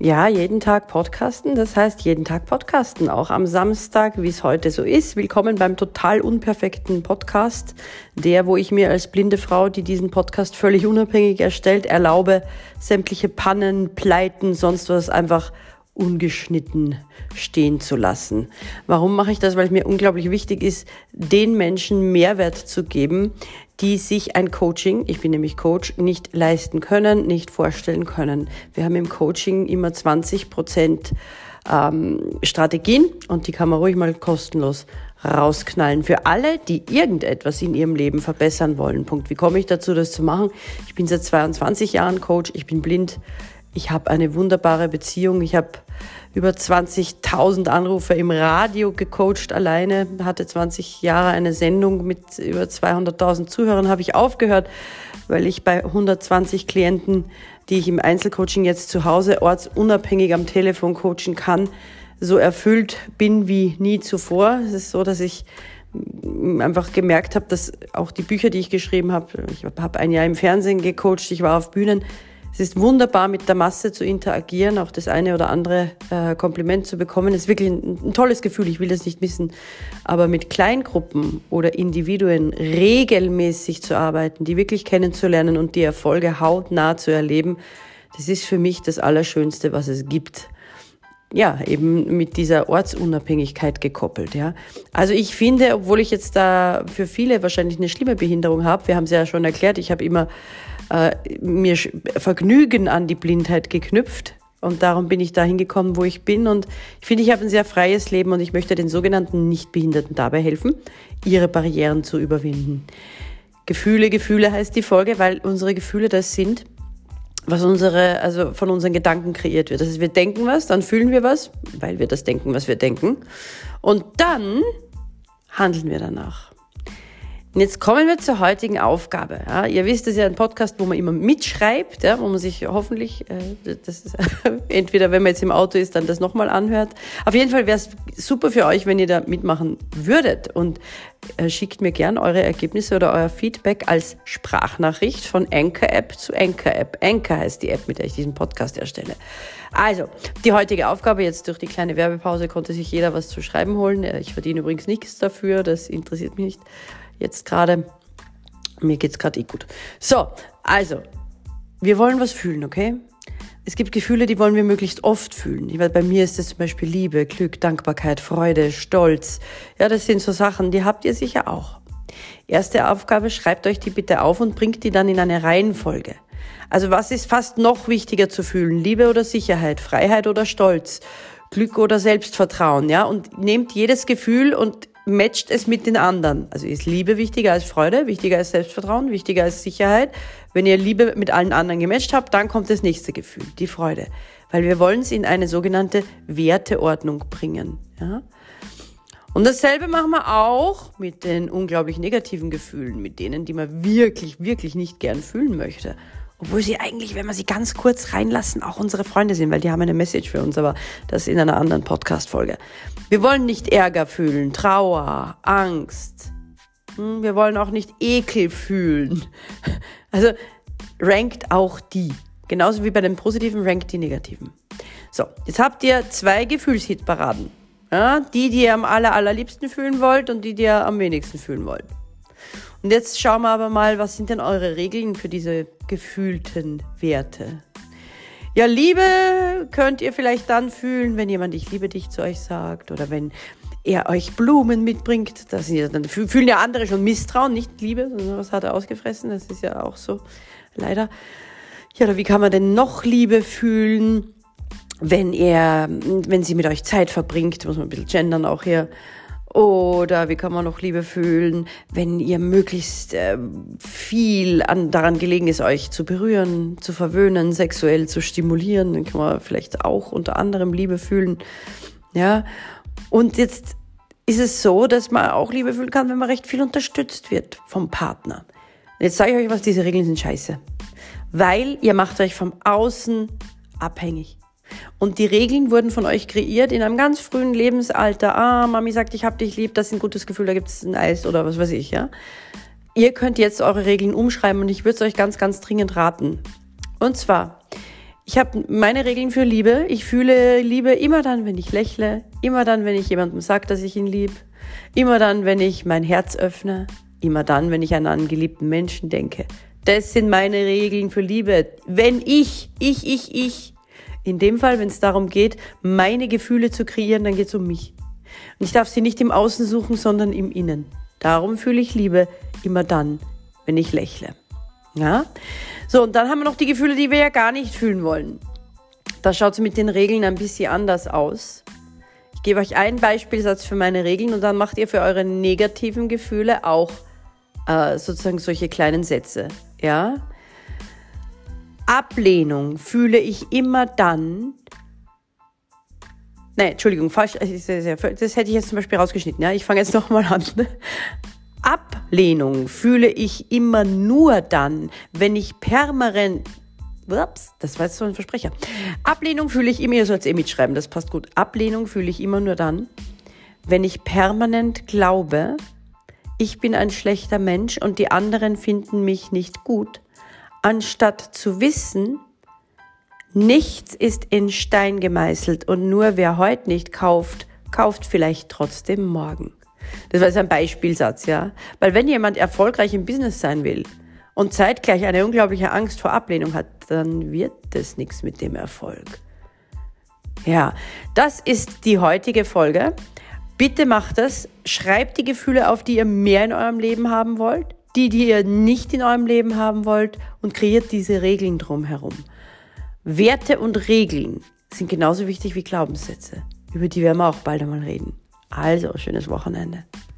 Ja, jeden Tag podcasten, das heißt jeden Tag podcasten, auch am Samstag, wie es heute so ist. Willkommen beim total unperfekten Podcast, wo ich mir als blinde Frau, die diesen Podcast völlig unabhängig erstellt, erlaube, sämtliche Pannen, Pleiten, sonst was einfach ungeschnitten stehen zu lassen. Warum mache ich das? Weil es mir unglaublich wichtig ist, den Menschen Mehrwert zu geben, die sich ein Coaching, ich bin nämlich Coach, nicht leisten können, nicht vorstellen können. Wir haben im Coaching immer 20% Strategien und die kann man ruhig mal kostenlos rausknallen. Für alle, die irgendetwas in ihrem Leben verbessern wollen. Punkt. Wie komme ich dazu, das zu machen? Ich bin seit 22 Jahren Coach, ich bin blind. Ich habe eine wunderbare Beziehung. Ich habe über 20.000 Anrufe im Radio gecoacht alleine. Hatte 20 Jahre eine Sendung mit über 200.000 Zuhörern. Habe ich aufgehört, weil ich bei 120 Klienten, die ich im Einzelcoaching jetzt zu Hause ortsunabhängig am Telefon coachen kann, so erfüllt bin wie nie zuvor. Es ist so, dass ich einfach gemerkt habe, dass auch die Bücher, die ich geschrieben habe, ich habe ein Jahr im Fernsehen gecoacht, ich war auf Bühnen. Es ist wunderbar, mit der Masse zu interagieren, auch das eine oder andere Kompliment zu bekommen. Es ist wirklich ein tolles Gefühl, ich will das nicht missen. Aber mit Kleingruppen oder Individuen regelmäßig zu arbeiten, die wirklich kennenzulernen und die Erfolge hautnah zu erleben, das ist für mich das Allerschönste, was es gibt. Ja, eben mit dieser Ortsunabhängigkeit gekoppelt, ja. Also ich finde, obwohl ich jetzt da für viele wahrscheinlich eine schlimme Behinderung habe, wir haben es ja schon erklärt, ich habe immer mir Vergnügen an die Blindheit geknüpft und darum bin ich da hingekommen, wo ich bin und ich finde, ich habe ein sehr freies Leben und ich möchte den sogenannten Nichtbehinderten dabei helfen, ihre Barrieren zu überwinden. Gefühle heißt die Folge, weil unsere Gefühle das sind, was von unseren Gedanken kreiert wird. Das heißt, wir denken was, dann fühlen wir was, weil wir das denken, was wir denken und dann handeln wir danach. Und jetzt kommen wir zur heutigen Aufgabe. Ja, ihr wisst, das ist ja ein Podcast, wo man immer mitschreibt, ja, wo man sich hoffentlich, das ist, entweder wenn man jetzt im Auto ist, dann das nochmal anhört. Auf jeden Fall wäre es super für euch, wenn ihr da mitmachen würdet und schickt mir gern eure Ergebnisse oder euer Feedback als Sprachnachricht von Anchor-App zu Anchor-App. Anchor heißt die App, mit der ich diesen Podcast erstelle. Also, die heutige Aufgabe, jetzt durch die kleine Werbepause konnte sich jeder was zu schreiben holen. Ich verdiene übrigens nichts dafür, das interessiert mich nicht. Jetzt gerade, mir geht's gerade gut. So, also, wir wollen was fühlen, okay? Es gibt Gefühle, die wollen wir möglichst oft fühlen. Bei mir ist das zum Beispiel Liebe, Glück, Dankbarkeit, Freude, Stolz. Ja, das sind so Sachen, die habt ihr sicher auch. Erste Aufgabe, schreibt euch die bitte auf und bringt die dann in eine Reihenfolge. Also was ist fast noch wichtiger zu fühlen? Liebe oder Sicherheit, Freiheit oder Stolz, Glück oder Selbstvertrauen, ja? Und nehmt jedes Gefühl und matcht es mit den anderen. Also ist Liebe wichtiger als Freude, wichtiger als Selbstvertrauen, wichtiger als Sicherheit. Wenn ihr Liebe mit allen anderen gematcht habt, dann kommt das nächste Gefühl, die Freude. Weil wir wollen es in eine sogenannte Werteordnung bringen. Ja? Und dasselbe machen wir auch mit den unglaublich negativen Gefühlen, mit denen, die man wirklich, wirklich nicht gern fühlen möchte. Obwohl sie eigentlich, wenn wir sie ganz kurz reinlassen, auch unsere Freunde sind, weil die haben eine Message für uns, aber das in einer anderen Podcast-Folge. Wir wollen nicht Ärger fühlen, Trauer, Angst. Wir wollen auch nicht Ekel fühlen. Also rankt auch die. Genauso wie bei den Positiven rankt die Negativen. So, jetzt habt ihr 2 Gefühlshitparaden. Ja, die ihr am allerliebsten fühlen wollt und die ihr am wenigsten fühlen wollt. Und jetzt schauen wir aber mal, was sind denn eure Regeln für diese gefühlten Werte? Ja, Liebe könnt ihr vielleicht dann fühlen, wenn jemand "Ich liebe dich" zu euch sagt oder wenn er euch Blumen mitbringt. Dann fühlen ja andere schon Misstrauen, nicht Liebe, sondern was hat er ausgefressen, das ist ja auch so, leider. Ja, oder wie kann man denn noch Liebe fühlen, wenn sie mit euch Zeit verbringt, muss man ein bisschen gendern auch hier. Oder wie kann man noch Liebe fühlen, wenn ihr möglichst viel daran gelegen ist, euch zu berühren, zu verwöhnen, sexuell zu stimulieren. Dann kann man vielleicht auch unter anderem Liebe fühlen. Ja. Und jetzt ist es so, dass man auch Liebe fühlen kann, wenn man recht viel unterstützt wird vom Partner. Und jetzt sage ich euch was, diese Regeln sind scheiße. Weil ihr macht euch vom Außen abhängig. Und die Regeln wurden von euch kreiert in einem ganz frühen Lebensalter. Mami sagt, ich hab dich lieb, das ist ein gutes Gefühl, da gibt's ein Eis oder was weiß ich, ja. Ihr könnt jetzt eure Regeln umschreiben und ich würde es euch ganz, ganz dringend raten. Und zwar, Ich habe meine Regeln für Liebe. Ich fühle Liebe immer dann, wenn ich lächle, immer dann, wenn ich jemandem sage, dass ich ihn liebe, immer dann, wenn ich mein Herz öffne, immer dann, wenn ich an einen geliebten Menschen denke. Das sind meine Regeln für Liebe. Wenn ich, in dem Fall, wenn es darum geht, meine Gefühle zu kreieren, dann geht es um mich. Und ich darf sie nicht im Außen suchen, sondern im Innen. Darum fühle ich Liebe immer dann, wenn ich lächle. Ja? So, und dann haben wir noch die Gefühle, die wir ja gar nicht fühlen wollen. Da schaut es mit den Regeln ein bisschen anders aus. Ich gebe euch einen Beispielsatz für meine Regeln und dann macht ihr für eure negativen Gefühle auch sozusagen solche kleinen Sätze. Ja? Ablehnung fühle ich immer dann. Nein, Entschuldigung, falsch. Das hätte ich jetzt zum Beispiel rausgeschnitten. Ja? Ich fange jetzt nochmal an. Ablehnung fühle ich immer nur dann, wenn ich permanent. Ups, das war jetzt so ein Versprecher. Ablehnung fühle ich immer, ihr sollt es mitschreiben, das passt gut. Ablehnung fühle ich immer nur dann, wenn ich permanent glaube, ich bin ein schlechter Mensch und die anderen finden mich nicht gut, anstatt zu wissen, nichts ist in Stein gemeißelt und nur wer heute nicht kauft, kauft vielleicht trotzdem morgen. Das war jetzt ein Beispielsatz, ja. Weil wenn jemand erfolgreich im Business sein will und zeitgleich eine unglaubliche Angst vor Ablehnung hat, dann wird das nichts mit dem Erfolg. Ja, das ist die heutige Folge. Bitte macht das. Schreibt die Gefühle auf, die ihr mehr in eurem Leben haben wollt, die ihr nicht in eurem Leben haben wollt und kreiert diese Regeln drumherum. Werte und Regeln sind genauso wichtig wie Glaubenssätze. Über die werden wir auch bald einmal reden. Also, schönes Wochenende.